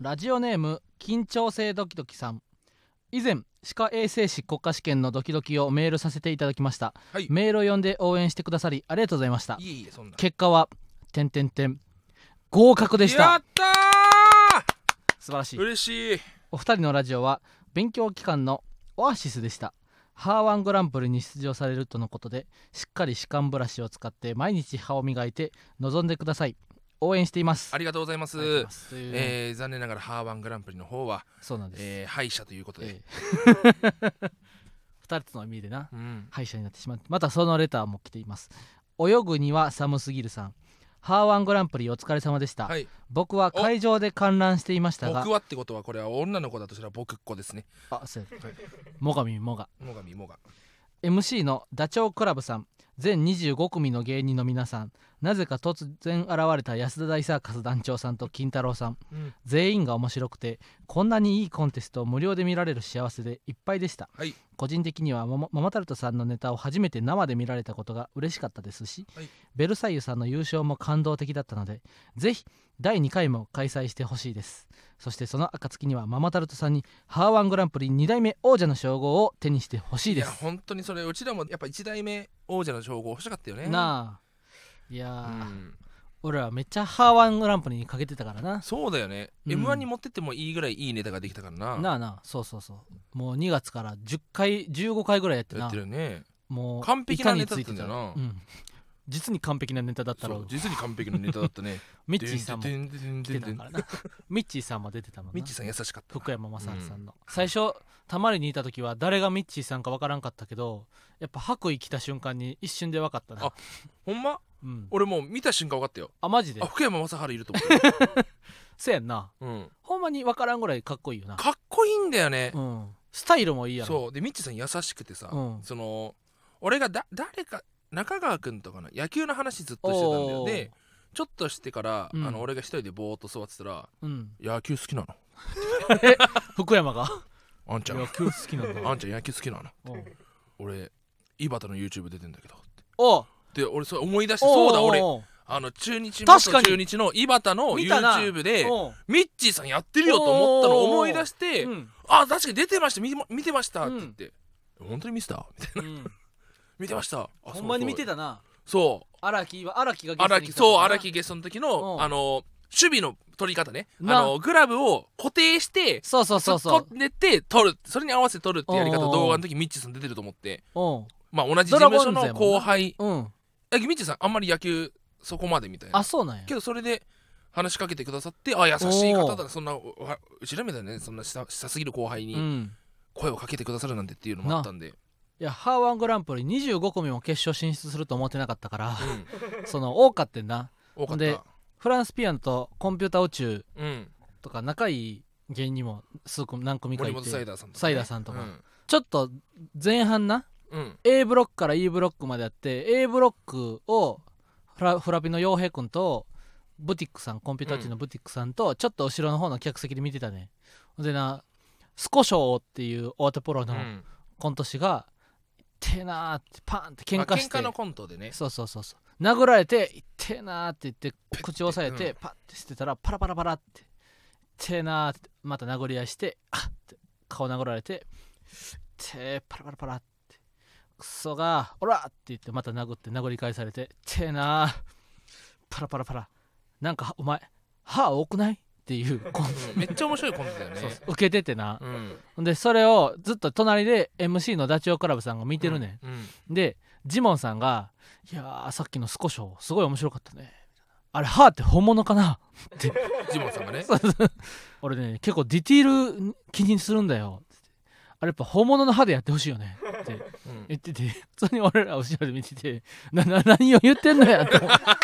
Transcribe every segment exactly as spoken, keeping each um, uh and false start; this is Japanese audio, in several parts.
ラジオネーム緊張性ドキドキさん。以前歯科衛生士国家試験のドキドキをメールさせていただきました、 はい、 メールを読んで応援してくださりありがとうございました。 いえいえ、そんな結果は点点点合格でした。 やったー、 素晴らしい。 嬉しい。 お二人のラジオは勉強機関のオアシスでした。ハーワングランプリに出場されるとのことで、しっかり歯間ブラシを使って毎日歯を磨いて臨んでください。応援しています。 ありがとうございます。えー、残念ながらハーワングランプリの方はそうなんです、 えー、敗者ということで、 えー、ふたつの意味でな、うん、敗者になってしまって、またそのレターも来ています。泳ぐには寒すぎるさん。ハーワングランプリお疲れ様でした、はい、僕は会場で観覧していましたが、 僕はってことはこれは女の子だとしたら僕っ子ですね。 あ、そうや、もがみもがもがみもがエムシー のダチョウ倶楽部さん。全にじゅうご組の芸人の皆さん、なぜか突然現れた安田大サーカス団長さんと金太郎さん、うん、全員が面白くて、こんなにいいコンテストを無料で見られる幸せでいっぱいでした、はい、個人的にはママタルトさんのネタを初めて生で見られたことが嬉しかったですし、はい、ベルサイユさんの優勝も感動的だったので、ぜひだいにかいも開催してほしいです。そしてその暁にはママタルトさんにハーワングランプリにだいめ王者の称号を手にしてほしいです。 いや本当にそれ、うちらもやっぱいちだいめ王者の称号欲しかったよね。 なあ、いやー、うん、俺はめっちゃハーワングランプリにかけてたからな。 そうだよね、うん、エムワン に持ってってもいいぐらいいいネタができたからな。 なあなあ、そうそうそう、もうにがつからじゅっかいじゅうごかいぐらいやってな。 やってるね。 もう完璧なネタだったんだよな、うん、 実に完璧なネタだったろう。 実に完璧なネタだったねミッチーさんも来てたからなミッチーさんも出てたもんな。 ミッチーさん優しかった。 福山雅治さんの、うん、最初たまりにいた時は誰がミッチーさんか分からんかったけど、やっぱ白衣着た瞬間に一瞬で分かったな。 あ、ほんま、うん、俺もう見た瞬間分かったよ。 あ、マジで。 あ、福山雅治いると思ってせやんな、うん、ほんまに分からんぐらいかっこいいよな。 かっこいいんだよね、 うん、スタイルもいいやろ。 そうで、ミッチーさん優しくてさ、うん、その俺がだ誰か中川くんとかの野球の話ずっとしてたんだよ。でちょっとしてから、うん、あの俺が一人でぼーっと座ってたら、うん、野球好きなのえ福山があんちゃん野球好きなんだ。 あんちゃん野球好きなの俺井端の YouTube 出てんだけどって。 おで俺それ思い出して、そうだ俺あの中日元中日の井端の YouTube でミッチーさんやってるよと思ったのを思い出して、うん、あ、確かに出てました、 見, 見てましたって言って、うん、本当に見てたみたいな、うん、見てました。 ほんまに見てたな。 そう荒木は荒木がゲストに来た。そう荒木ゲストの時のあの守備の取り方ね、あのグラブを固定してそうそうそうそう突っ込んでって取る、それに合わせて取るってやり方、動画の時ミッチーさん出てると思って、まあ同じ事務所の後輩、うん、ミッチーさんあんまり野球そこまでみたいな。 あ、そうなんや。 けどそれで話しかけてくださって、あ、優しい方だ、そんなうちらみたいなね、そんな下すぎる後輩に声をかけてくださるなんてっていうのもあったんで、いやハーワングランプリにじゅうご組も決勝進出すると思ってなかったから、うん、その多かってんな。 多かった。 でフランスピアノとコンピューター宇宙とか仲いい芸人も数組何組かいて、 森本サイダーさんとか、ね、 サイダーさんとか、うん、ちょっと前半な、うん、A ブロックから E ブロックまであって、 A ブロックをフ ラ, フラピの陽平君とブティックさん、コンピューター宇宙のブティックさんとちょっと後ろの方の客席で見てたね。でな、スコショーっていう大手プロのコント師がいってえなーってパーンって喧嘩して、 喧嘩のコントでね、 そうそうそうそう、殴られていってえなーって言って口を押さえてパッてしてたら、パラパラパラっていってえなーってまた殴り合いして、あっって顔殴られていってパラパラパラって、クソがオラって言ってまた殴って殴り返されていってえなーパラパラパラ、なんかお前歯多くないっていうコントめっちゃ面白いコントだよね。 そう受けててな、うん、でそれをずっと隣で エムシー のダチョウ倶楽部さんが見てるね、うんうん、でジモンさんがいやさっきのスコショーすごい面白かったね、あれ歯って本物かなってジモンさんがね俺ね結構ディティール気にするんだよって、あれやっぱ本物の歯でやってほしいよねって言ってて、普通に俺ら後ろで見てて、なな何を言ってんのやと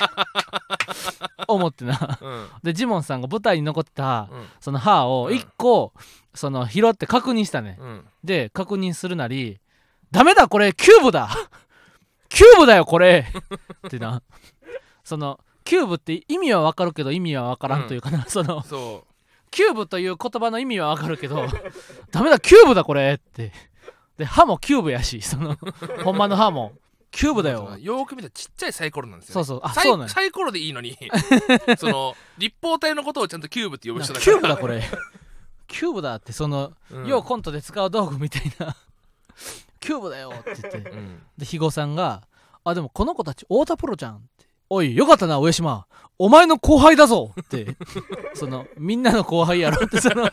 思ってな、うん、でジモンさんが舞台に残ってた、うん、その歯をいっこ、うん、その拾って確認したね、うん、で確認するなり、ダメだこれキューブだキューブだよこれってな、そのキューブって意味は分かるけど意味は分からんというかな、うん、そのそうキューブという言葉の意味は分かるけどダメだキューブだこれって、で歯もキューブやし、そのほんまの歯もキューブだよ。 よーく見たらちっちゃいサイコロなんですよ、 ね、そうそうあサイそうなんやサイコロでいいのにその立方体のことをちゃんとキューブって呼ぶ人だからキューブだこれキューブだってその、うん、ようコントで使う道具みたいなキューブだよって言って、うん、で肥後さんがあでもこの子たち太田プロじゃんっておいよかったな上島お前の後輩だぞってそのみんなの後輩やろってその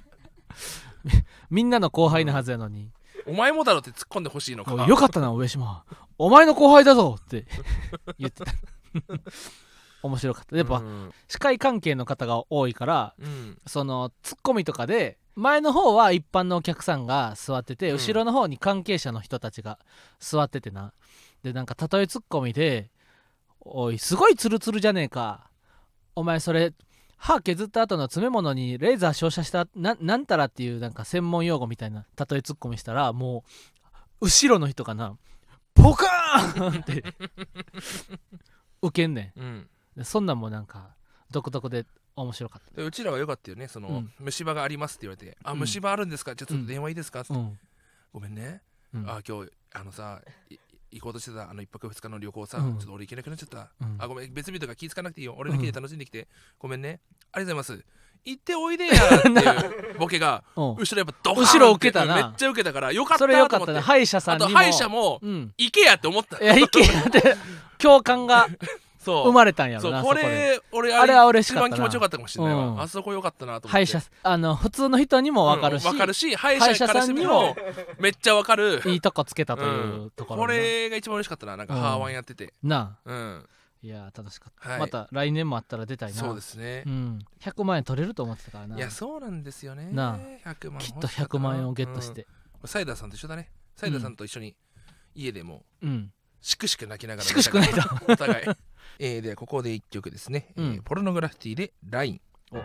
みんなの後輩なはずやのに、 お前もだろって突っ込んでほしいのかよかったな上島お前の後輩だぞって言ってた面白かった。やっぱ、うん、司会関係の方が多いから、うん、そのツッコミとかで前の方は一般のお客さんが座ってて、うん、後ろの方に関係者の人たちが座っててな。でなんか例えツッコミでおいすごいツルツルじゃねえかお前それ歯削った後の詰め物にレーザー照射した な, なんたらっていうなんか専門用語みたいな例えツッコミしたらもう後ろの人かなポカーンってウケんねん、うん、でそんなんもなんか独特で面白かった。 でうちらは良かったよねその、うん、虫歯がありますって言われて、うん、あ虫歯あるんですかじゃあちょっと電話いいですかって、うん、ごめんね、うん、あ今日あのさ行こうとしてたあのいっぱくふつかの旅行さ、うん、ちょっと俺行けなくなっちゃった、うん、あごめん別日とか気ぃつかなくていいよ俺だけで楽しんできて、うん、ごめんねありがとうございます行っておいでやっていうボケが後ろやっぱドカーンって後ろ受けたなめっちゃ受けたからよかったそれよかったね歯医者さんにもあと歯医者も、うん、行けやって思ったいや行けやって共感が生まれたんやろな。 そうこれ俺あれは嬉しかったな一番気持ちよかったかもしれないわ、うん、あそこよかったなと思って歯医者あの普通の人にも分かるし、 うん、分かるし歯医者からしてみもめっちゃ分かるいいとこつけたという、うん、ところこれが一番嬉しかったななんか歯ワンやってて、 うん、なあ、うん、 いや楽しかった、はい、また来年もあったら出たいな。 そうですね、 うん、ひゃくまんえん取れると思ってたからな。 いやそうなんですよねなあひゃくまんきっとひゃくまんえんをゲットして、 うん、サイダーさんと一緒だね。サイダーさんと一緒に家でも、 うん、 しくしく泣きながらしくしく泣いたお互いえー、ではここでいっきょくですね、うんえー、ポルノグラフィティでライン。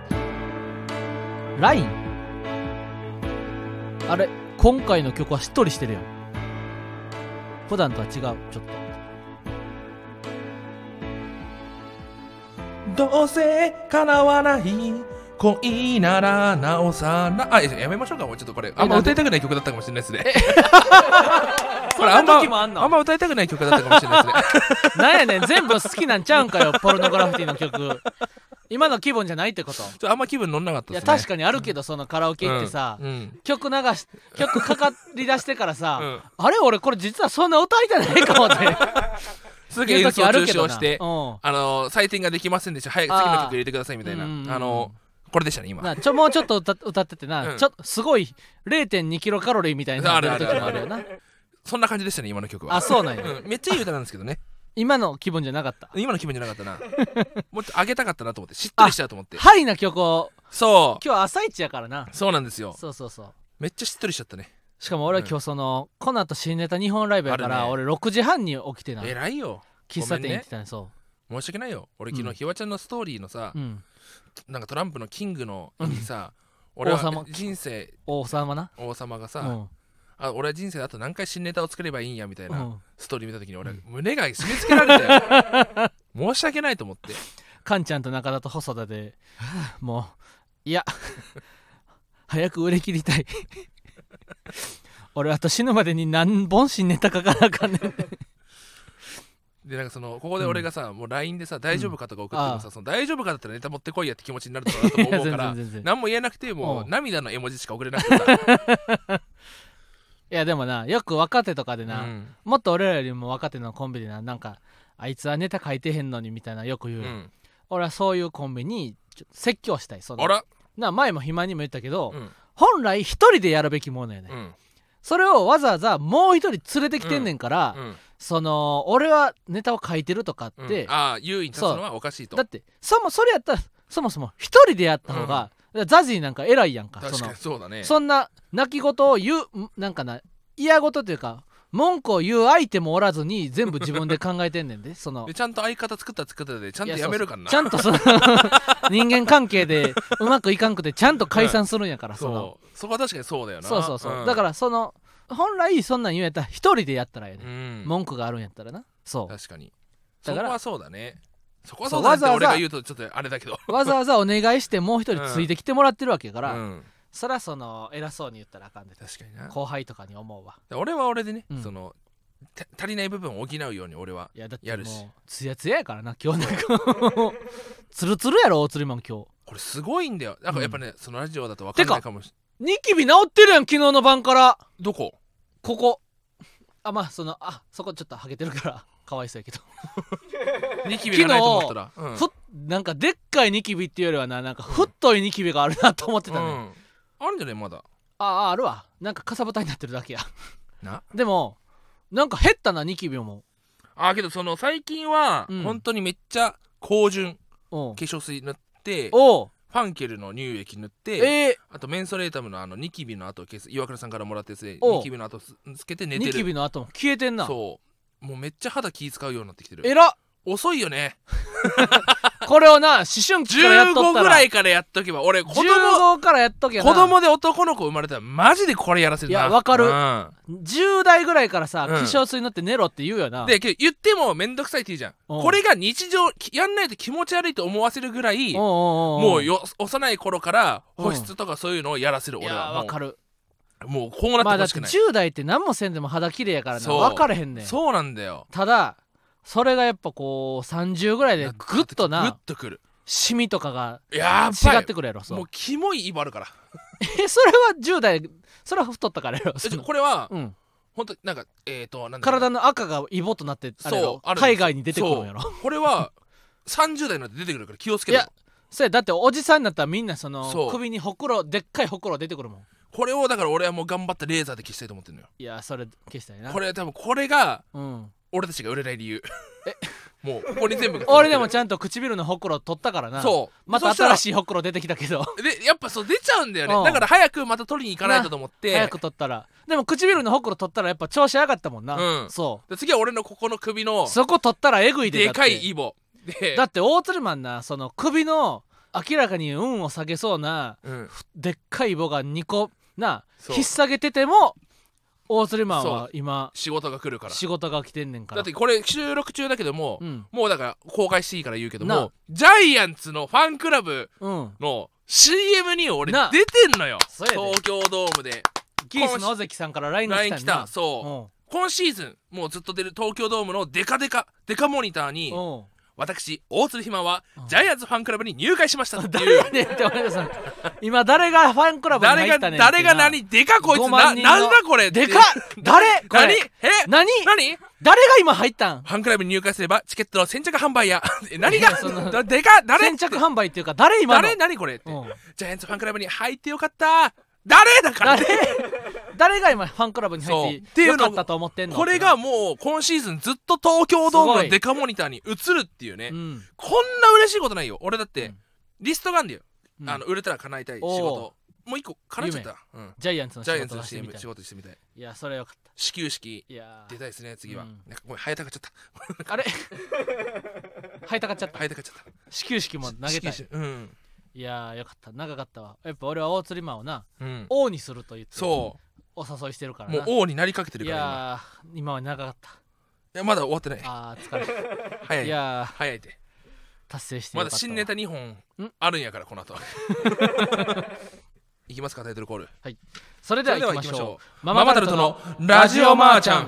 ラインあれ今回の曲はしっとりしてるよ。普段とは違うちょっと。どうせ叶わない恋ならなおさらあやめましょうかもうちょっとこれあんま歌いたくない曲だったかもしれないですね。 そんな時もあんの？ あんま歌いたくない曲だったかもしれないですね。 なんやねん全部好きなんちゃうんかよポルノグラフィティの曲。今の気分じゃないってこと？ ちょあんま気分乗んなかったですね。 いや確かにあるけどそのカラオケ行ってさ、うんうん、曲流し曲かかりだしてからさ、うん、あれ俺これ実はそんな歌いたないかもってすげえ演奏中止をして、うん、あの採点ができませんでした早く次の曲入れてくださいみたいな あ,、うんうん、あのこれでしたね今なちょもうちょっと 歌, 歌っててな、うん、ちょすごい れいてんにキロカロリーみたいな時もあるよな。 そんな感じでしたね今の曲は。 あそうなんや、 うん、めっちゃいい歌なんですけどね。 今の気分じゃなかった。 今の気分じゃなかったなもっと上げたかったなと思ってしっとりしちゃうと思ってハイな曲をそう今日朝一やからな。 そうなんですよ。 そうそうそうめっちゃしっとりしちゃったね。 しかも俺は今日その、うん、この後新ネタにほんライブやから、ね、俺ろくじはんに起きてな偉いよ喫茶店行ってたね。そう申し訳ないよ俺昨日、うん、ひわちゃんのストーリーのさ、うん、なんかトランプのキングのにさ、うん、俺は人生王様な王様がさ、うんあ俺は人生であと何回新ネタを作ればいいんやみたいなストーリー見た時に俺は胸が締め付けられたよ申し訳ないと思ってカンちゃんと中田と細田でもういや早く売れ切りたい俺あと死ぬまでに何本新ネタ書かなあかんねんでなんかそのここで俺がさ、うん、もう ライン でさ大丈夫かとか送ってもさ、うん、その大丈夫かだったらネタ持ってこいやって気持ちになるとかなと思うから何も言えなくてもう涙の絵文字しか送れなくてさいやでもなよく若手とかでな、うん、もっと俺らよりも若手のコンビでななんかあいつはネタ書いてへんのにみたいなよく言う、うん、俺はそういうコンビに説教したい。そのあらな前も暇にも言ったけど、うん、本来一人でやるべきものやね、うん、それをわざわざもう一人連れてきてんねんから、うんうん、その俺はネタを書いてるとかって、 うん、ああ優位に立つのはおかしいと。 だってそもそれやったらそもそも一人でやった方が、うん、ザジーなんか偉いやんか。 確かにそうだね。 そんな泣き言を言うなんかな嫌事というか文句を言う相手もおらずに全部自分で考えてんねんでそのでちゃんと相方作った作ったでちゃんとやめるからな。 ちゃんとその人間関係でうまくいかんくてちゃんと解散するんやから、うん、そのそこは確かにそうだよな。 そうそうそう、うん、だからその本来そんなん言うんやったら一人でやったらやね、うん、文句があるんやったらな。そう確かにだからそこはそうだね。そこはそうだねって俺が言うとちょっとあれだけどわざわざお願いしてもう一人ついてきてもらってるわけやから、うんうんそりゃその偉そうに言ったらあかんで。 確かにな後輩とかに思うわ。 俺は俺でね、うん、その足りない部分を補うように俺はやるし。いやだってもうツヤツヤやからな今日なんかツルツルやろ大釣りマン今日。 これすごいんだよ。なんかやっぱね、うん、そのラジオだと分かんないかもしれない。 ニキビ治ってるやん昨日の晩から。 どこ？ ここ。あまあそのあそこちょっとハゲてるからかわいそうやけどニキビがないと思ったら、 うん、ふなんかでっかいニキビっていうよりはな、なんか太いニキビがあるなと思ってたね、うん、 あるんじゃねまだ。 あああるわ。なんかかさぶたになってるだけやな。 でもなんか減ったなニキビも。 あけどその最近は、うん、本当にめっちゃ高純化粧水塗っておファンケルの乳液塗って、 えー、 あとメンソレータムのあのニキビの跡を消す岩倉さんからもらってニキビの跡つけて寝てる。 ニキビの跡も消えてんな。 そうもうめっちゃ肌気使うようになってきてる。 えらっ遅いよねこれをな思春期からやっとったらじゅうごぐらいからやっとけば。俺子供じゅうごからやっとけば子供で男の子生まれたらマジでこれやらせるな。 いやわかる、 うん、 じゅう代ぐらいからさ、うん、化粧水塗って寝ろって言うよな。 で言ってもめんどくさいって言うじゃん。これが日常やんないと気持ち悪いと思わせるぐらいもうよ幼い頃から保湿とかそういうのをやらせる。俺はもういやわかる。 もうこうなってほしくない。 まあだってじゅう代って何もせんでも肌綺麗やからな。分かれへんねん。 そうなんだよ。 ただそれがやっぱこうさんじゅうぐらいでグッとなグッとくるシミとかがや違ってくるやろ。そうもうキモいイボあるからえそれはじゅう代それは太ったからやろ。 これは、 うん、 ほんとなんかえーとなんだ体の赤がイボとなってあれよ海外に出てくるんやろ。 これはさんじゅう代になって出てくるから気をつけて。いやそれだっておじさんになったらみんなその首にほくろでっかいほくろ出てくるもん。 これをだから俺はもう頑張ってレーザーで消したいと思ってるのよ。 いやそれ消したいな。 これ多分これが、うん、俺たちが売れない理由。えもうここに全部俺でもちゃんと唇のほくろ取ったからな。 そうまた新しいほくろ出てきたけどでやっぱそう出ちゃうんだよね、うん、だから早くまた取りに行かないとと思って早く取ったら。でも唇のほくろ取ったらやっぱ調子上がったもんな、 うん、 そうで次は俺のここの首のそこ取ったらえぐいで。 でかいイボでだって大鶴マンなその首の明らかに運を下げそうな、うん、でっかいイボがにこな引っ提げてても大釣りマンは今仕事が来るから仕事が来てんねんから。 だってこれ収録中だけども、うん、もうだから公開していいから言うけどもジャイアンツのファンクラブの シーエム に俺出てんのよ。東京ドームでギースの尾関さんから ライン が来たんやな。 ライン 来た。 そう、うん、今シーズンもうずっと出る東京ドームのデカデカデカモニターに、うん、私大鶴ひまはジャイアンツファンクラブに入会しましたっていう。 誰やねんって思いさん今誰がファンクラブに入ったねん。 誰が誰が何でかこいつな、なんだこれでか誰これ何え何何誰が今入ったん。 ファンクラブに入会すればチケットの先着販売や何がでか誰先着販売っていうか誰今の誰何これって、うん、ジャイアンツファンクラブに入ってよかった誰だから誰誰が今ファンクラブに入ってよかったと思ってんの。 これがもう今シーズンずっと東京ドームのデカモニターに映るっていうね、うん、こんな嬉しいことないよ。俺だって、うん、リストがあんだよ、うん、あの売れたら叶えたい仕事もう一個叶えちゃった、うん、 ジャイアンツの仕事の シーエム 仕事してみたい。 いやそれよかった。 始球式出たいですね次は、うん、なんかごめんハエたかっちゃったあれハエたかっちゃったハエたかっちゃった始球式も投げたい。うんいやーよかった長かったわ。やっぱ俺は大釣りマンをな、うん、王にすると言ってそうお誘いしてるからな。 もう王になりかけてるから。 いやー今は長かった。いやまだ終わってない。 あー疲れ早い。 いやー早いで達成してまだ新ネタにほんあるんやからこの後いきますかタイトルコール。 はいそれでは行きましょう。 ママタルトのラジオマーちゃん。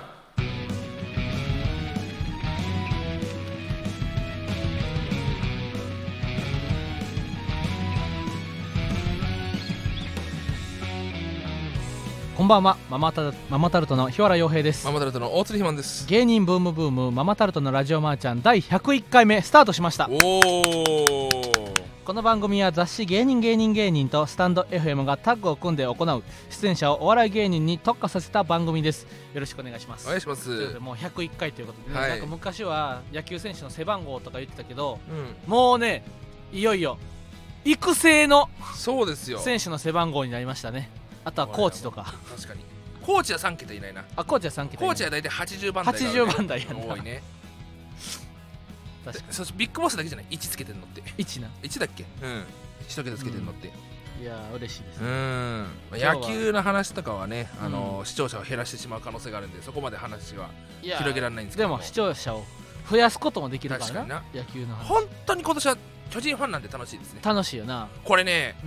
こんばんは。ママタル、ママタルトの日原洋平です。 ママタルトの大鶴ひまんです。 芸人ブームブームママタルトのラジオマーちゃんだいひゃくいっかいめスタートしました。 おーこの番組は雑誌芸人芸人芸人とスタンド エフエム がタッグを組んで行う出演者をお笑い芸人に特化させた番組です。よろしくお願いします。 お願いします。 もうひゃくいっかいということで、ねはい、なんか昔は野球選手の背番号とか言ってたけど、うん、もうねいよいよ育成の選手の背番号になりましたね。あとはコーチとか。 確かにコーチはさんけたいないな。 あコーチはさんけたいない。 コーチは大体はちじゅうばん台、 ね、はちじゅうばん台やんな。 多いね。確かにそしてビッグボスだけじゃないいちつけてんのっていちないちだっけ。うん一桁つけてんのって、 うん、いや嬉しいですね。 うん野球の話とかはねあの、うん、視聴者を減らしてしまう可能性があるんでそこまで話は広げられないんですけども、 でも視聴者を増やすこともできるからな。野球の話本当に今年は巨人ファンなんで楽しいですね。 楽しいよなこれね、うん、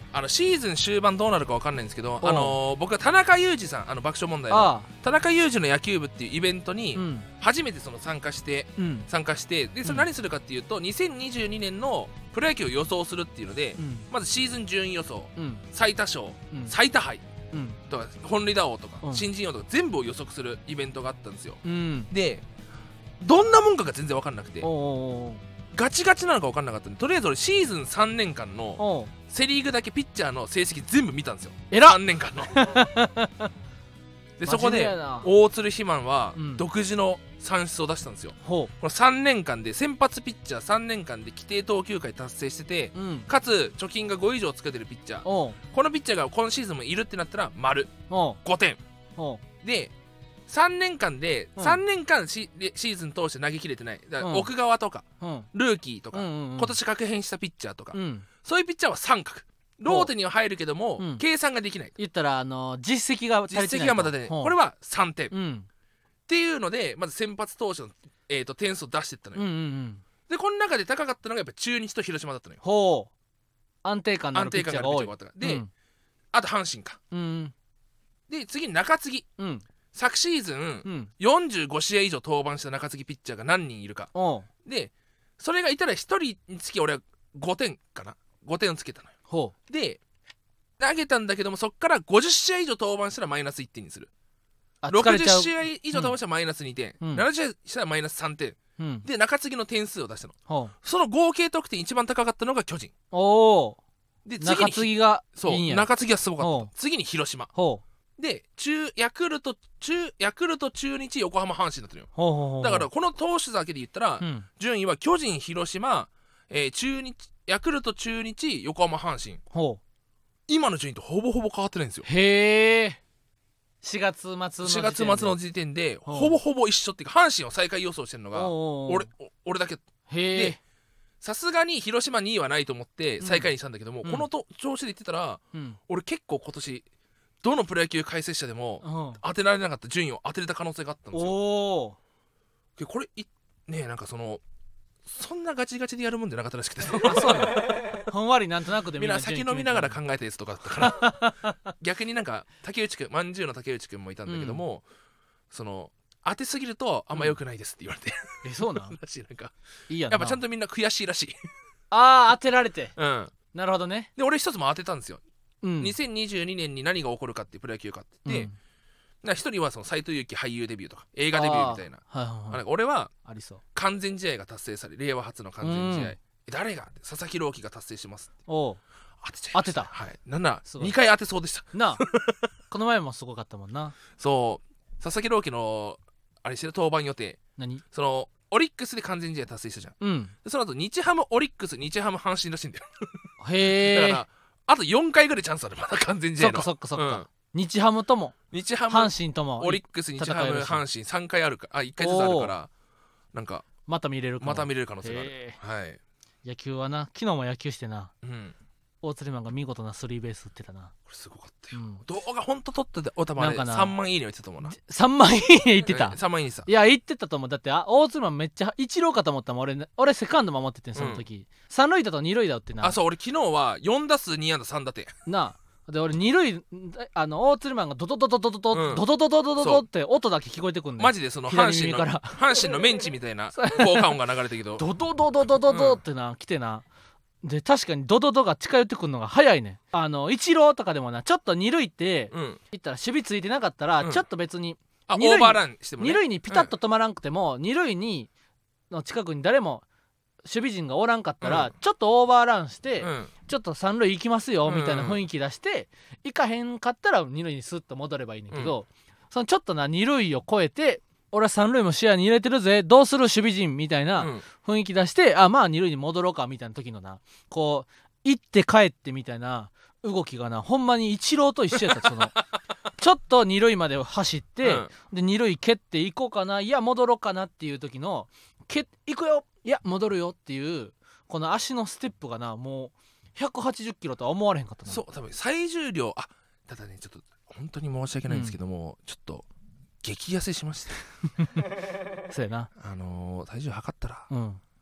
あのシーズン終盤どうなるか分かんないんですけど、あのー、僕は田中裕二さん、あの爆笑問題の田中裕二の野球部っていうイベントに初めてその参加して、うん、参加してでそれ何するかっていうと、にせんにじゅうにねんのプロ野球を予想するっていうので、うん、まずシーズン順位予想、うん、最多勝、うん、最多敗、うん、とか本塁打王とか、うん、新人王とか全部を予測するイベントがあったんですよ、うん、でどんなもんかが全然分かんなくて、ガチガチなのか分かんなかったんで、とりあえず俺シーズンさんねんかんのセリーグだけピッチャーの成績全部見たんですよ。 えらっさんねんかんのでそこで大鶴肥満は独自の算出を出したんですよ、うん、このさんねんかんで先発ピッチャーさんねんかんで規定投球回達成してて、うん、かつ貯金がごいじょうつけてるピッチャー、このピッチャーが今シーズンもいるってなったら丸ごてんで、さんねんかんで、うん、さんねんかん シ, シーズン通して投げ切れてない、だから奥川とか、うん、ルーキーとか、うんうんうん、今年確変したピッチャーとか、うん、そういうピッチャーは三角、ローテには入るけども、うん、計算ができない、 言ったら、あのー、実績が足りてない、 実績がまだ出ない、これはさんてん、うん、っていうのでまず先発投手の、えー、と点数を出していったのよ、うんうんうん、でこの中で高かったのがやっぱ中日と広島だったのよ。 ほう、安定感のあるピッチャーが多い。 で、うん、あと阪神か、うん、で次中継ぎ、うん、昨シーズン、うん、よんじゅうごしあい以上登板した中継ぎピッチャーが何人いるかで、それがいたらひとりにつき俺はごてんかな、ごてんをつけたのよ。ほうで投げたんだけども、そっからごじゅっしあい以上登板したらマイナスいってんにする、ろくじゅっしあい以上登板したらマイナスにてん、うん、ななじゅっしあいしたらマイナスさんてん、うん、で中継ぎの点数を出したの、その合計得点一番高かったのが巨人。おで次に中継ぎがいいんや。そう、中継ぎはすごかった。次に広島で中ヤクルト中ヤクルト中日横浜阪神だったのよ。ほうほうほう、だからこの投手だけで言ったら、うん、順位は巨人広島、えー、中日ヤクルト中日横浜阪神、ほう今の順位とほぼほぼ変わってないんですよ。へえ。しがつ末の時点でしがつ末の時点でほぼほぼ一緒っていうか、阪神を最下位予想してるのが俺俺だけで、さすがに広島にいはないと思って最下位にしたんだけども、うん、このと調子で言ってたら、うん、俺結構今年どのプロ野球解説者でも当てられなかった順位を当てれた可能性があったんですよ。おでこれいねえなんかそのそんなガチガチでやるもんじゃなかったらしくて、あそうねほんわりなんとなくでみんな先飲みながら考えたやつとかだったから逆になんか竹内くんまんじゅうの竹内くんもいたんだけども、うん、その当てすぎるとあんま良くないですって言われて、うん、えそうなんらしい、なんかいいやな、やっぱちゃんとみんな悔しいらしいあー当てられて、うん、なるほどね。 で俺一つも当てたんですよ、うん、にせんにじゅうにねんに何が起こるかっていうプロ野球かって言って、うん一人はその斉藤由貴俳優デビューとか映画デビューみたいな、はいはいはい、なんか俺は完全試合が達成され令和初の完全試合、誰が佐々木朗希が達成しますってお当てちゃいました。当てた、はい、なんならにかい当てそうでしたなこの前もすごかったもんな。 そう佐々木朗希のあれしてる登板予定、何そのオリックスで完全試合達成したじゃん、うん、でその後日ハムオリックス日ハム阪神らしいんだよへえだからあとよんかいぐらいチャンスあるまだ完全試合の。そっかそっかそっか、うん日ハムとも日ハム阪神ともオリックス日ハム阪神さんかいあるかあいっかいずつあるからなんかまた見れるかもまた見れる可能性がある。はい野球はな昨日も野球してな、うん、大鶴マンが見事なスリーベース打ってたな。 これすごかったよ、うん、動画ほんと撮ってておたまでさんまんいいね言ってたと思うな。 さんまんいいね言ってたさんまんいいねさいや言ってたと思う。だってあ大鶴マンめっちゃ一郎かと思ったもん俺、ね、俺セカンド守っててんその時、うん、三塁打と二塁打打ってな。 あそう俺昨日はよんだすうにあんださんだてなあで俺二塁あの大鶴マンがドドドドドドドドドドドドドドドって音だけ聞こえてくんねん。 マジでその阪神の阪神のメンチみたいな効果音が流れてるけどドドドドドドドってな来てな。で確かにドドドが近寄ってくるのが早いねん。あの一郎とかでもなちょっと二塁って言ったら守備ついてなかったらちょっと別に二塁オーバーランしてもね二塁にピタッと止まらんくても二塁にの近くに誰も守備陣がおらんかったら、うん、ちょっとオーバーランして、うん、ちょっと三塁行きますよみたいな雰囲気出して、うん、行かへんかったら二塁にスッと戻ればいいねんけど、うん、そのちょっとな二塁を越えて俺は三塁も視野に入れてるぜどうする守備陣みたいな雰囲気出して、うん、あまあ二塁に戻ろうかみたいな時のなこう行って帰ってみたいな動きがなほんまにイチローと一緒やったそのちょっと二塁まで走って、うん、で二塁蹴って行こうかないや戻ろうかなっていう時の蹴行くよいや戻るよっていうこの足のステップがなもうひゃくはちじゅっキロとは思われへんかったな。 そう多分最重量あただねちょっと本当に申し訳ないんですけども、うん、ちょっと激痩せしましたそうやなあのー、体重測ったら、うん、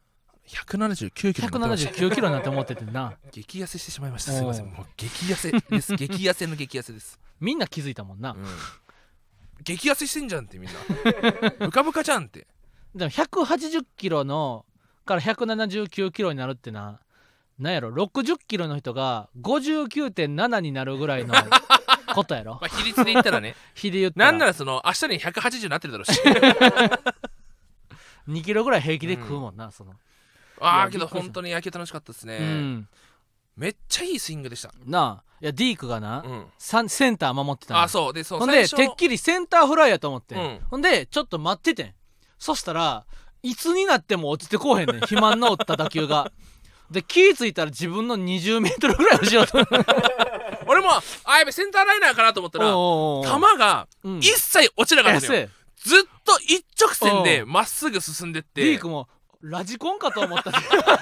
ひゃくななじゅうきゅうキロひゃくななじゅうきゅうキロになって思っててんな激痩せしてしまいました。すいません、もう激痩せです激痩せの激痩せです。 みんな気づいたもんな、うん、 激痩せしてんじゃんってみんなブカブカじゃんって。 でもひゃくはちじゅっキロのからひゃくななじゅうきゅうキロになるってな、なんやろろくじゅっキロの人が ごじゅうきゅうてんなな になるぐらいのことやろまあ比率で言ったらね比で言ったらなんならその明日にひゃくはちじゅうになってるだろうしにキロぐらい平気で食うもんな、うん、そのああけど本当に野球楽しかったですね、 うん、 めっちゃいいスイングでしたなあ。いやディークがな、 うん、 センター守ってたの。 あそうでそうほんでてっきりセンターフライやと思って、うん、ほんでちょっと待っててん。そしたらいつになっても落ちてこうへんねん肥満の打った打球がで気ぃ付いたら自分のにじゅうメートルぐらい後ろと俺もあやべセンターライナーかなと思ったら球が一切落ちなかったのよ、うん、ずっと一直線でまっすぐ進んでって。 ディークもラジコンかと思った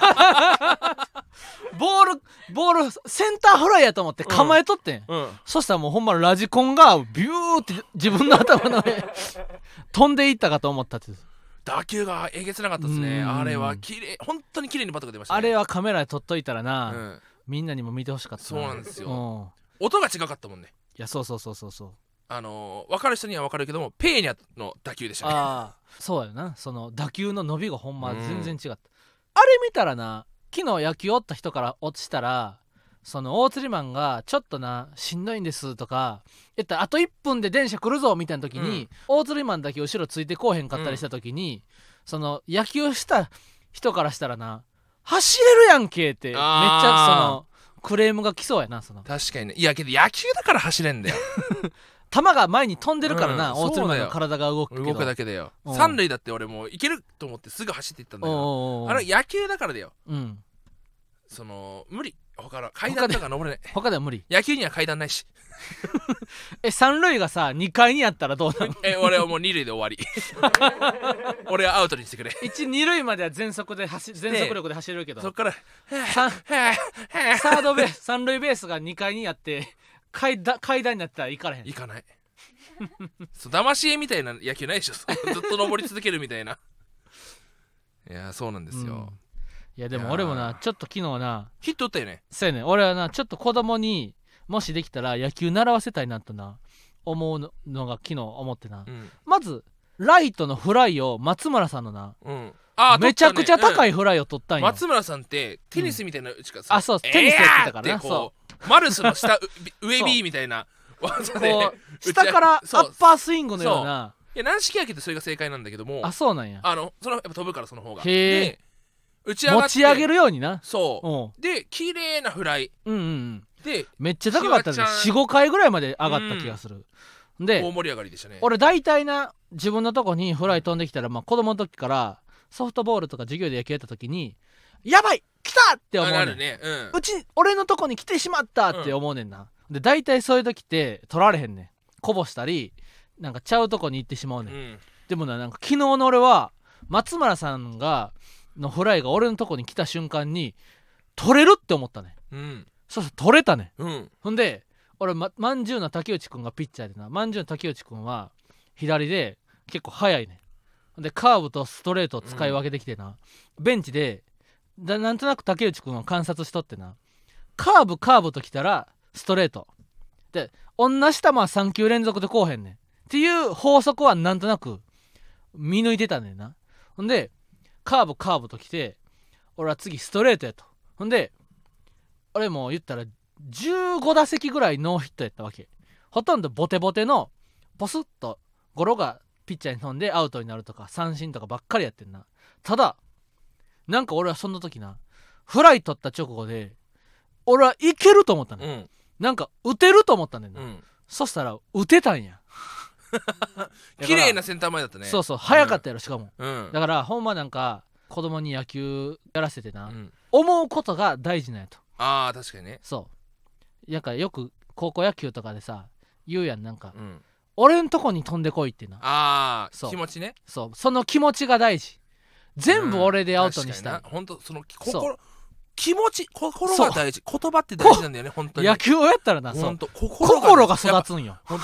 ボールボールセンターフライやと思って構えとってん、うんうん、そしたらもうほんまラジコンがビューって自分の頭の上飛んでいったかと思ったって。 打球がえげつなかったですね。あれは綺麗、本当に綺麗にバットが出ましたね。 あれはカメラで撮っといたらな、うん、みんなにも見てほしかったな。 そうなんですよ、うん、音が違かったもんね。 いやそうそうそうそうそう、 あのー、分かる人には分かるけどもペーニャの打球でしたね。 ああそうやな、その打球の伸びがほんま全然違った、うん、あれ見たらな、昨日野球おった人から落ちたらその大釣りマンがちょっとなしんどいんですとか言ったらあといっぷんで電車来るぞみたいな時に、うん、大釣りマンだけ後ろついてこうへんかったりした時に、うん、その野球した人からしたらな走れるやんけってめっちゃそのクレームが来そうやな。その確かにね。いやけど野球だから走れんだよ球が前に飛んでるからな、うん、大釣りマンの体が動くけど動くだけだよ。三塁だって俺もういけると思ってすぐ走っていったんだよ。あれ野球だからだよ、うん、その無理、他の階段とか登れない。 他では無理。 野球には階段ないしえ三塁がさにかいにあったらどうなのえ俺はもう二塁で終わり俺はアウトにしてくれ。 一二塁までは全速で走全速力で走れるけど、 そっからサードベース三塁ベースがにかいにあって階段階段になったら行かれへん。 行かないそう騙し絵みたいな野球ないでしょずっと登り続けるみたいな。いやそうなんですよ、うん、 いやでも俺もなちょっと昨日なヒット打ったよね。 そうやね。俺はなちょっと子供にもしできたら野球習わせたいなとな思うのが昨日思ってな、うん、まずライトのフライを松村さんのな、うん、あめちゃくちゃ高いフライを取ったんよ、 うん、松村さんってテニスみたいな打ち方、うん、 あそうテニスやってたからな、 そうマルスの下上 B みたいな技でこう下からアッパースイングのような。 いや軟式野球ってそれが正解なんだけども、 あそうなんや、 あのそのやっぱ飛ぶからその方がへえ打ち上がって持ち上げるようにな。 そうで綺麗なフライ、 うんうんうんでめっちゃ高かったね。 よん,ご 回ぐらいまで上がった気がする、うん、で大盛り上がりでしたね。 俺大体な自分のとこにフライ飛んできたら、まあ、子供の時からソフトボールとか授業で野球やった時にやばい来たって思うねん、 ねうん、 うち俺のとこに来てしまったって思うねんな、うん、で大体そういう時って取られへんねん。こぼしたりなんかちゃうとこに行ってしまうねん、うん、でもななんか昨日の俺は松村さんがのフライが俺のとこに来た瞬間に取れるって思ったね、うん、そうそう取れたね、うん、ほんで俺 ま, まんじゅうの竹内くんがピッチャーでな、まんじゅうの竹内くんは左で結構速いね。でカーブとストレートを使い分けてきてな、うん、ベンチでだなんとなく竹内くんを観察しとってな、カーブカーブときたらストレートで同じ球はさん球連続でこうへんねんっていう法則はなんとなく見抜いてたねんな。ほんでカーブカーブときて俺は次ストレートやと。ほんで俺も言ったらじゅうご打席ぐらいノーヒットやったわけ。ほとんどボテボテのポスッとゴロがピッチャーに飛んでアウトになるとか三振とかばっかりやってんな。ただなんか俺はその時なフライ取った直後で俺はいけると思ったね、うん、なんか打てると思ったねんな、うん、そしたら打てたんや綺麗なセンター前だったね。 そうそう早かったやろ、しかも、うん、だからほんまなんか子供に野球やらせてな、うん、思うことが大事なんやと。 あー確かにね。 そうなんかよく高校野球とかでさ言うやん、なんか、うん、俺んとこに飛んでこいってな。 あー気持ちね。 そうその気持ちが大事。全部俺でアウトにしたい、うん、 ほんとその心気持ち心が大事。言葉って大事なんだよね本当に。 野球をやったらな、そう心が育つんよ。 ほんと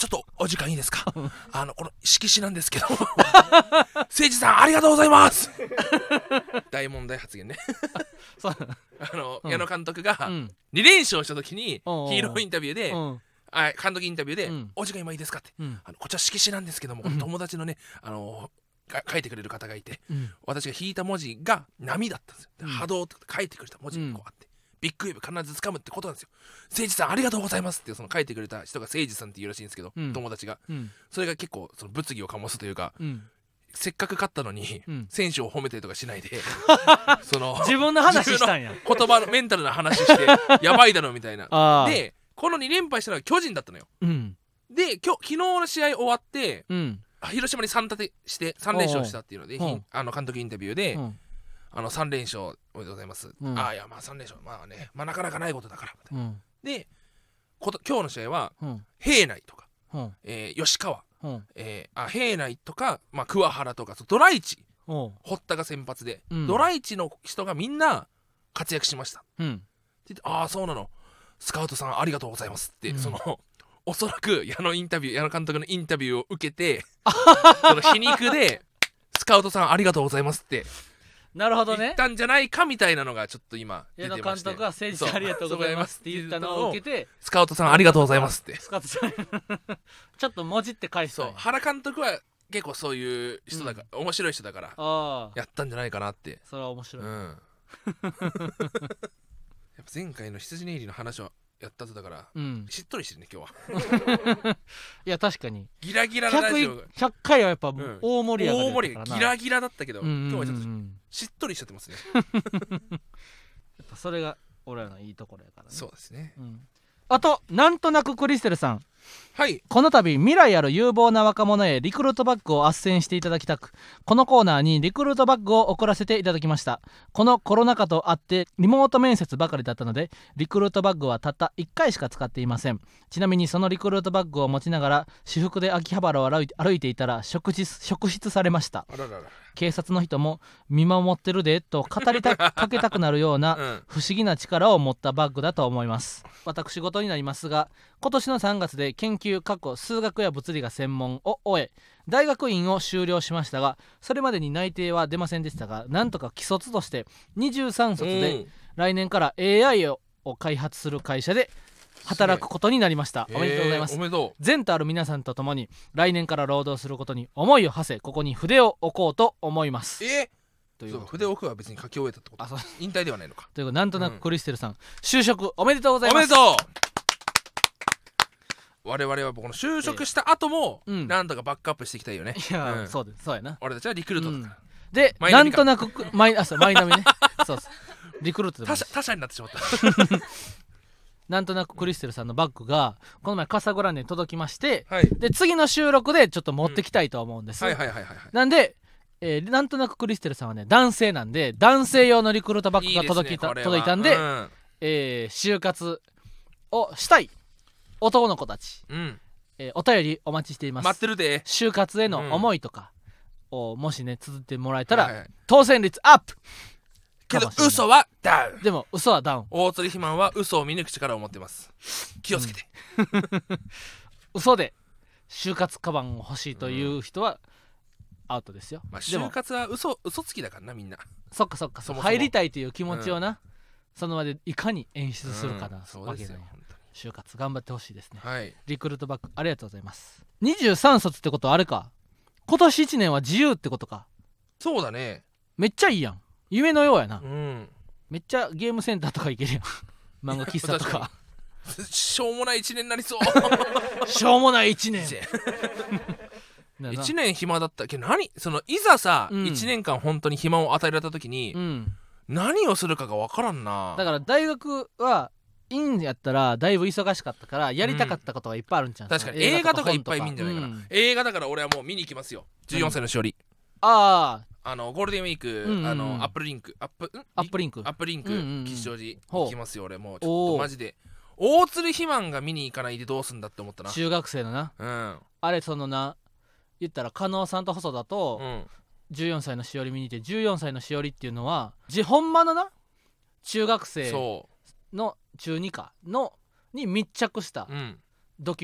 ちょっとお時間いいですかあのこの色紙なんですけど誠司さんありがとうございます大問題発言ねそうあの、 うん、 矢野監督がうんに連勝した時にヒおうおうーローインタビューで、 うんあ監督インタビューで、 うん、 お時間今いいですかって、 うん、 あのこちら色紙なんですけども、 うん、 友達のねあの書いてくれる方がいて、 うん、 私が引いた文字が波だったんですよ、 うん、 波動って書いてくれた文字がこうあって、うん、ビッグウェーブ必ず掴むってことなんですよ。誠司さんありがとうございますってその書いてくれた人が誠司さんっていうらしいんですけど、うん、友達が、うん、それが結構その物議を醸すというか、うん、せっかく勝ったのに、うん、選手を褒めたりとかしないでその自分の話したんや言葉のメンタルな話してやばいだろみたいなでこのに連敗したのは巨人だったのよ、うん、で今日昨日の試合終わって、うん、広島にさん立てしてさん連勝したっていうのであの監督インタビューで、うん、あのさん連勝おめでとうございます、うん、ああいやまあさん連勝まあね、まあ、なかなかないことだからみたいな、うん、でこと今日の試合は、うん、平内とか、うんえー、吉川、うんえー、あ平内とか、まあ、桑原とかドライチ堀田が先発で、うん、ドライチの人がみんな活躍しました、うん、でああそうなのスカウトさんありがとうございますって、うん、そのおそらく矢野インタビュー矢野監督のインタビューを受けてその皮肉でスカウトさんありがとうございますってなるほどね言ったんじゃないかみたいなのがちょっと今出てまして、矢野監督が誠司ありがとうございますって言ったのを受けてスカウトさんありがとうございますってスカウトさんちょっともじって返すそう原監督は結構そういう人だから、うん、面白い人だからやったんじゃないかなってそれは面白い、うんやっぱ前回の羊ネイリの話をやったとだから、うん、しっとりしてるね今日は。いや確かにギラギラなラジオがひゃっ, かいはやっぱ大盛り上がり、 うん、大盛りギラギラだったけど、うんうんうん、今日はちょっとしっとりしちゃってますね。 やっぱそれが俺らのいいところやからね。 そうですね、うん、 あとなんとなくクリステルさん、 はい、 この度未来ある有望な若者へリクルートバッグを斡旋していただきたく、このコーナーにリクルートバッグを送らせていただきました。このコロナ禍とあってリモート面接ばかりだったのでリクルートバッグはたったいっかいしか使っていません。ちなみにそのリクルートバッグを持ちながら私服で秋葉原を歩いて、歩いていたら職質、職質されました。 あららら。 警察の人も見守ってるでと語りたかけたくなるような不思議な力を持ったバッグだと思います。私事になりますが、今年のさんがつで研究過去数学や物理が専門を終え大学院を修了しましたが、それまでに内定は出ませんでしたが、なんとか既卒としてにじゅうさんそつで来年から エーアイ を開発する会社で働くことになりました。おめでとうございます。 おめでとう。 前途ある皆さんと共に来年から労働することに思いを馳せ、ここに筆を置こうと思います。 えーというそう筆を置くは別に書き終えたってこと。あ、そう引退ではないのか。 ということでなんとなくクリステルさん、うん、就職おめでとうございます。 おめでとう。我々はこの就職した後も、えー、なんとかバックアップしていきたいよね。 いや、うん、そうです、そうやな。 俺たちはリクルートだから、うん、 でなんとなくマイあそうマイナビねそうそうリクルートでも他社他社になってしまったなんとなくクリステルさんのバッグがこの前カサグランデに届きまして、はい、で次の収録でちょっと持ってきたいと思うんです。なんで、えー、なんとなくクリステルさんはね男性なんで男性用のリクルートバッグが届きたい、ね、届いたんで、うん、えー、就活をしたい男の子たち、うんえー、お便りお待ちしています。 待ってるで。 就活への思いとかをもしね綴ってもらえたら、はいはい、当選率アップ。 けど嘘はダウン。 でも嘘はダウン。 大鶴肥満は嘘を見抜く力を持ってます。気をつけて、うん、 嘘で就活カバンを欲しいという人はアウトですよ、 まあ、就活は嘘嘘つきだからなみんな。 そっかそっか、そもそも入りたいという気持ちをな、うん、その場でいかに演出するかな、うん、わけない。就活頑張ってほしいですね、はい、リクルートバッグありがとうございます。にじゅうさんそつってことはあれか、今年いちねんは自由ってことか。 そうだね。 めっちゃいいやん。夢のようやな、 うん、 めっちゃゲームセンターとか行けるやん漫画喫茶とかしょうもないいちねんになりそうしょうもないいちねんいちねん暇だったっけ。何そのいざさ、うん、いちねんかん本当に暇を与えられた時に、うん、何をするかが分からんな。 だから大学はいいんやったらだいぶ忙しかったからやりたかったことがいっぱいあるんちゃう、 うん、確かに映画とかいっぱい見んじゃないかな、うん、映画だから俺はもう見に行きますよ。じゅうよんさいのしおり、 うん、あああのゴールデンウィーク、うんうん、あのアップルリンクアップアップリンクアップリンク、うんうんうん、吉祥寺行きますよ。俺もうちょっとマジで大鶴肥満が見に行かないでどうすんだって思ったな。 中学生のな、うん、あれそのな言ったら加納さんと細田と、うん、じゅうよんさいのしおり見に行って、じゅうよんさいのしおりっていうのはじほんまのな中学生の中にかのに密着したドキュメン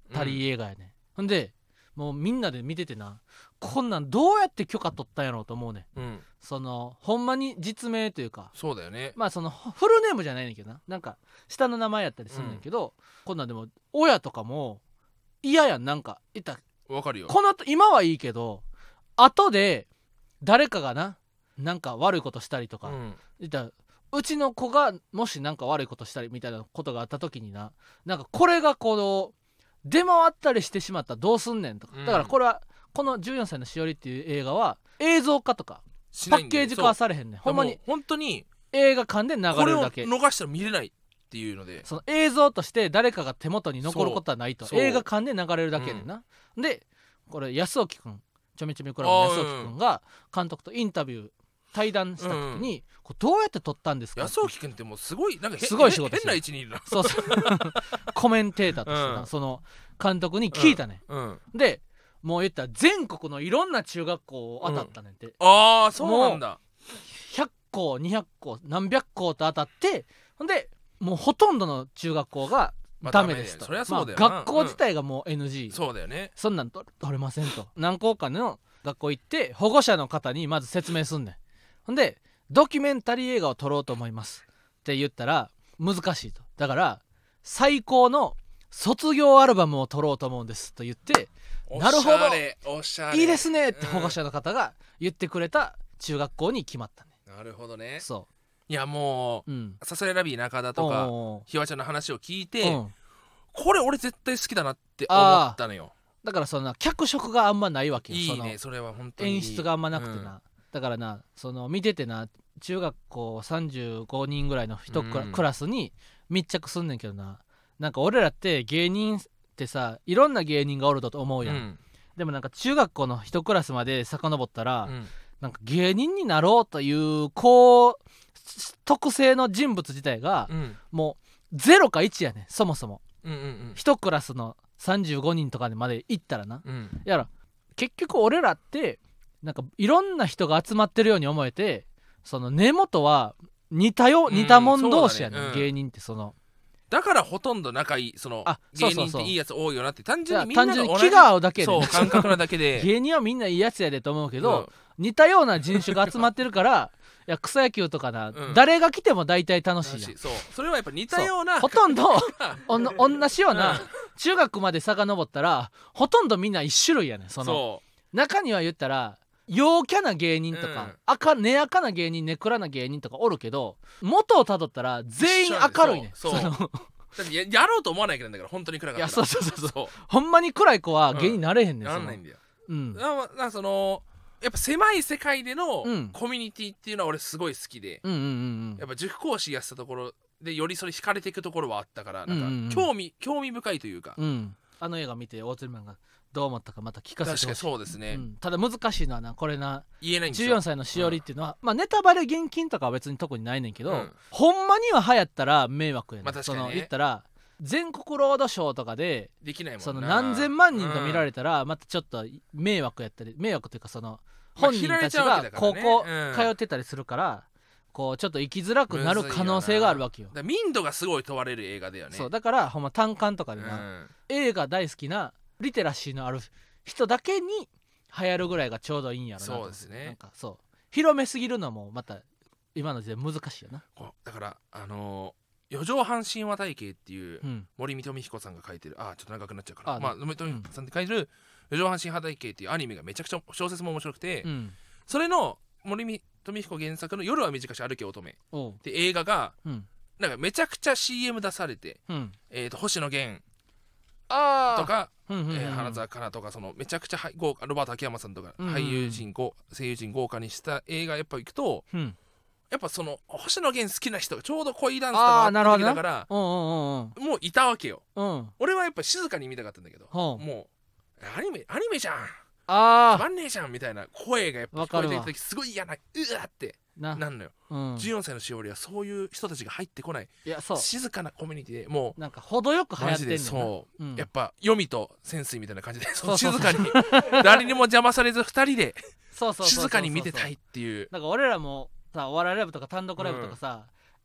タリー映画やね、うん、ほんでもうみんなで見ててな、こんなんどうやって許可取ったんやろうと思うね、うん、そのほんまに実名というか、 そうだよね、 まあそのフルネームじゃないねんけどな、なんか下の名前やったりするんだけど、うん、こんなんでも親とかも嫌やん、なんか言ったらわかるよ、 この今はいいけど後で誰かがななんか悪いことしたりとか、うん、言ったらうちの子がもしなんか悪いことしたりみたいなことがあった時にな、なんかこれがこの出回ったりしてしまったらどうすんねんとか、うん、だからこれはこのじゅうよんさいのしおりっていう映画は映像化とかパッケージ化はされへんねん、ほんまに本当に映画館で流れるだけ、 これを逃したら見れないっていうので、 その映像として誰かが手元に残ることはないと、映画館で流れるだけでな、うん、でこれ安沖くんちょめちょめクラブの安沖くんが監督とインタビュー対談した時に、うん、これどうやって撮ったんですか、 安沖くんってもうすごいなんかすごい仕事変な位置にいるな、 そうそうコメンテーターとしてな、うん、その監督に聞いたね、うんうん、でもう言ったら全国のいろんな中学校当たったねんて、うん、 ああそうなんだ、 ひゃっこにひゃっこ何百校と当たって、ほんでもうほとんどの中学校がダメですと、 まあ、そりゃそうだよな、 まあ、学校自体がもう エヌジー、うん、 そうだよね、 そんなん取れませんと、何校かの学校行って保護者の方にまず説明すんねん、ほんでドキュメンタリー映画を撮ろうと思いますって言ったら難しいと、だから最高の卒業アルバムを撮ろうと思うんですと言って、なるほどいいですねって保護者の方が言ってくれた中学校に決まったね、 なるほどね、 そういやもう、うん、サスレラビー中田とかひわちゃんの話を聞いて、うん、これ俺絶対好きだなって思ったのよ、 だからそんな脚色があんまないわけよ、 いいね、それは本当に演出があんまなくてな、うん、だからなその見ててな中学校さんじゅうごにんぐらいの一クラ、うん、クラスに密着すんねんけどな、なんか俺らって芸人ってさいろんな芸人がおると思うやん、うん、でもなんか中学校の一クラスまで遡ったら、うん、なんか芸人になろうというこう特性の人物自体が、うん、もうゼロかいちやねんそもそも、うんうんうん、一クラスのさんじゅうごにんとかまで行ったらな、うん、やら結局俺らってなんかいろんな人が集まってるように思えて、その根元は似たよ、うん、似たもん同士やねん、ね、うん、芸人ってそのだからほとんど仲いいその芸人っていいやつ多いよなって単純にみんなが同じ気が合うだけで、 そう感覚なだけで芸人はみんないいやつやでと思うけど、うん、似たような人種が集まってるからいや草野球とかな、うん、誰が来ても大体楽しいやん、 そうそれはやっぱ似たようなほとんどおん同じような、うん、中学まで遡ったらほとんどみんな一種類やねん、そのそう中には言ったら陽キャな芸人とか、うん、赤根赤な芸人根暗な芸人とかおるけど元をたどったら全員明るいねん、 そうそうそうや, やろうと思わないけどだから本当に暗かったら、いやそうそうそうそうほんまに暗い子は芸人になれへんねん、 うん、なんないんだよ、うん、だからそのやっぱ狭い世界でのコミュニティっていうのは俺すごい好きで、うんうんうんうん、やっぱ塾講師やってたところでよりそれ惹かれていくところはあったからなんか興味、うんうん、興味深いというか、うん、 あの映画見て大鶴マンがどう思ったかまた聞かせてほしい。 確かにそうですね、 うん、ただ難しいのはなこれな言えないんですよじゅうよんさいのしおりっていうのは、うん、まあネタバレ厳禁とかは別に特にないねんけど、うん、ほんまには流行ったら迷惑やねん、 まあ確かにね、 その言ったら全国ロードショーとかでできないもんな、 その何千万人と見られたらまたちょっと迷惑やったり、迷惑というかその本人たちが高校通ってたりするから、こうちょっと生きづらくなる可能性があるわけよ。 だ民度がすごい問われる映画だよね。 そうだからほんま単館とかでな、うん、映画大好きなリテラシーのある人だけに流行るぐらいがちょうどいいんやろな。 そうですね。 なんかそう広めすぎるのもまた今の時代難しいよな。 こうだからあのー四畳半神話体系っていう、うん、森見富彦さんが書いてる、あちょっと長くなっちゃうから、まあ森見富彦さんって書いてる四畳半神話体系っていうアニメがめちゃくちゃ小説も面白くて、うん、それの森見富彦原作の夜は短し歩け乙女って映画が、うん、なんかめちゃくちゃ シーエム 出されて、うん、えーと星野源とか、うんうんうんうんえー、花澤香菜とかそのめちゃくちゃ豪華ロバート秋山さんとか、うんうん、俳優陣声優陣豪華にした映画やっぱ行くと、うんやっぱその星野源好きな人がちょうど恋ダンスとかあった時だから、うんうんうんうん、もういたわけよ、うん、俺はやっぱ静かに見たかったんだけど、うん、もうアニメアニメじゃんあつまんねえじゃんみたいな声がやっぱ聞こえてる時すごい嫌なうわってな, なんのよ、うん、じゅうよんさいのしおりはそういう人たちが入ってこない、いやそう静かなコミュニティでもうなんか程よく流行ってんねんなそう、うん、やっぱ読みと潜水みたいな感じでそう静かに誰にも邪魔されずふたりで静かに見てたいっていうなんか俺らもさお笑いライブとか単独ライブとかさ、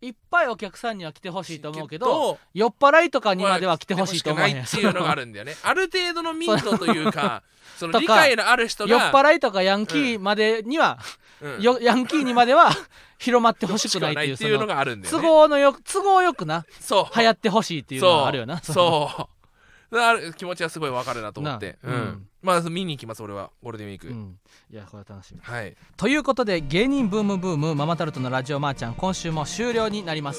いっぱいお客さんには来てほしいと思うけど酔っ払いとかにまでは来てほしいと思うないっていうのがあるんだよねある程度の民度というかその理解のある人が酔っ払いとかヤンキーまでには、うん、ヤンキーにまでは広まってほしくないっていう、 っていうのがあるんだよね。 都合のよ都合よくなそう流行ってほしいっていうのがあるよな。 そうそう気持ちはすごいわかるなと思って、うんうん、まあ見に行きます俺はゴールデンウィーク、うん、 いやこれは楽しみ、 はい、 ということで芸人ブームブームママタルトのラジオマーちゃん今週も終了になります。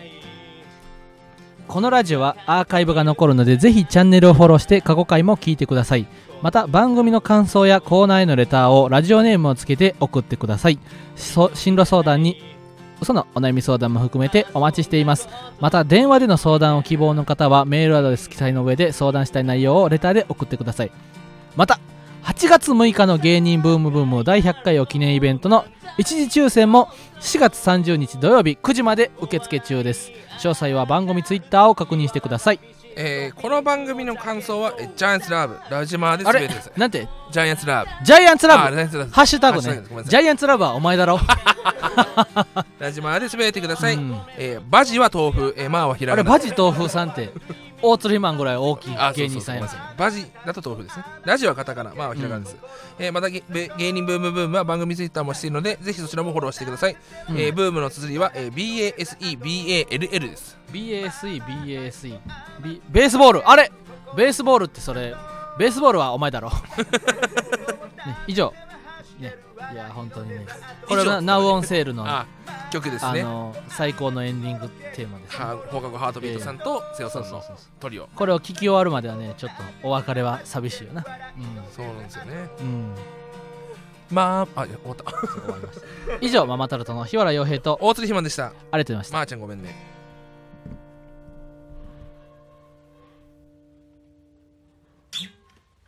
このラジオはアーカイブが残るのでぜひチャンネルをフォローして過去回も聞いてください。また番組の感想やコーナーへのレターをラジオネームをつけて送ってください。進路相談に嘘のお悩み相談も含めてお待ちしています。また電話での相談を希望の方はメールアドレス記載の上で相談したい内容をレターで送ってください。またはちがつむいかの芸人ブームブームだいひゃっかいを記念イベントの一次抽選もしがつさんじゅうにち土曜日くじまで受付中です。詳細は番組ツイッターを確認してください。 えー、この番組の感想はジャイアンツラブラジマーで全てです。 なんてジャイアンツラブジャイアンツラブハッシュタグねジャイアンツラブはお前だろラジマーで全てください、うんえー、バジは豆腐、えー、マーはひらがな。 あれバジ豆腐さんって大鶴ひまんぐらい大きい芸人さんや。 バジだと豆腐ですね。ラジはカタカナ、マーはひらがなです、うんえー、また芸人ブームブームは番組ツイッターもしているのでぜひそちらもフォローしてください、うんえー、ブームの綴りは、えー、ビーエーエスイービーエーエルエル です。 ビーエーエスイービーエーエスイー B ベースボールあれベースボールってそれベースボールはお前だろ、ね、以上ねいや本当にねこれはナウオンセールのあ曲ですね。 あの最高のエンディングテーマです、ね、 放課後ハートビートさんと瀬尾さんのトリオ。 これを聴き終わるまではねちょっとお別れは寂しいよな、 うん、そうなんですよね、 うん、 まああいや終わった終わりました以上ママタルトの日原洋平と大鶴ひまんでした。ありがとうございました。 まーちゃんごめんね。